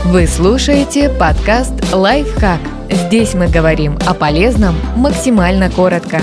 Вы слушаете подкаст «Лайфхак». Здесь мы говорим о полезном максимально коротко.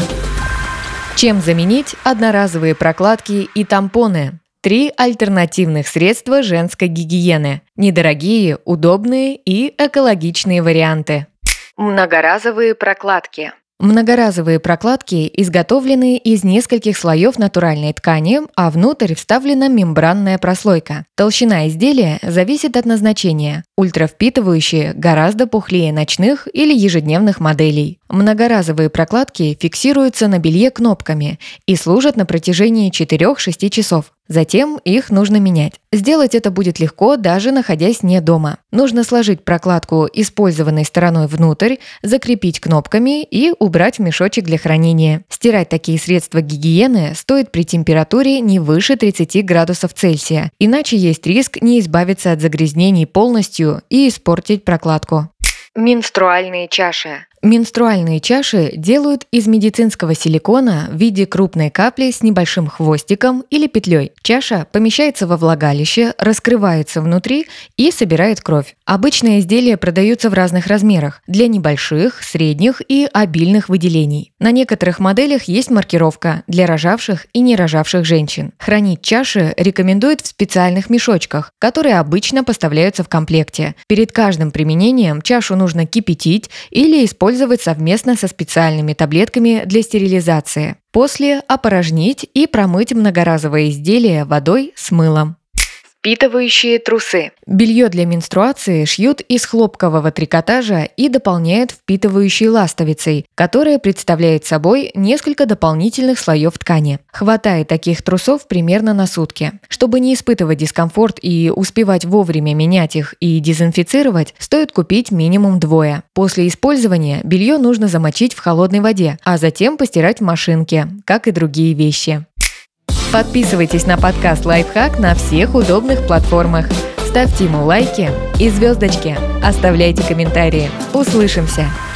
Чем заменить одноразовые прокладки и тампоны? 3 альтернативных средства женской гигиены. Недорогие, удобные и экологичные варианты. Многоразовые прокладки. Многоразовые прокладки изготовлены из нескольких слоев натуральной ткани, а внутрь вставлена мембранная прослойка. Толщина изделия зависит от назначения. Ультравпитывающие гораздо пухлее ночных или ежедневных моделей. Многоразовые прокладки фиксируются на белье кнопками и служат на протяжении 4-6 часов. Затем их нужно менять. Сделать это будет легко, даже находясь не дома. Нужно сложить прокладку использованной стороной внутрь, закрепить кнопками и убрать в мешочек для хранения. Стирать такие средства гигиены стоит при температуре не выше 30 градусов Цельсия, иначе есть риск не избавиться от загрязнений полностью и испортить прокладку. Менструальные чаши. Менструальные чаши делают из медицинского силикона в виде крупной капли с небольшим хвостиком или петлей. Чаша помещается во влагалище, раскрывается внутри и собирает кровь. Обычно изделия продаются в разных размерах – для небольших, средних и обильных выделений. На некоторых моделях есть маркировка для рожавших и не рожавших женщин. Хранить чаши рекомендуют в специальных мешочках, которые обычно поставляются в комплекте. Перед каждым применением чашу нужно кипятить или использовать совместно со специальными таблетками для стерилизации. После опорожнить и промыть многоразовое изделие водой с мылом. Впитывающие трусы. Белье для менструации шьют из хлопкового трикотажа и дополняют впитывающей ластовицей, которая представляет собой несколько дополнительных слоев ткани. Хватает таких трусов примерно на сутки. Чтобы не испытывать дискомфорт и успевать вовремя менять их и дезинфицировать, стоит купить минимум 2. После использования белье нужно замочить в холодной воде, а затем постирать в машинке, как и другие вещи. Подписывайтесь на подкаст «Лайфхак» на всех удобных платформах. Ставьте ему лайки и звездочки. Оставляйте комментарии. Услышимся!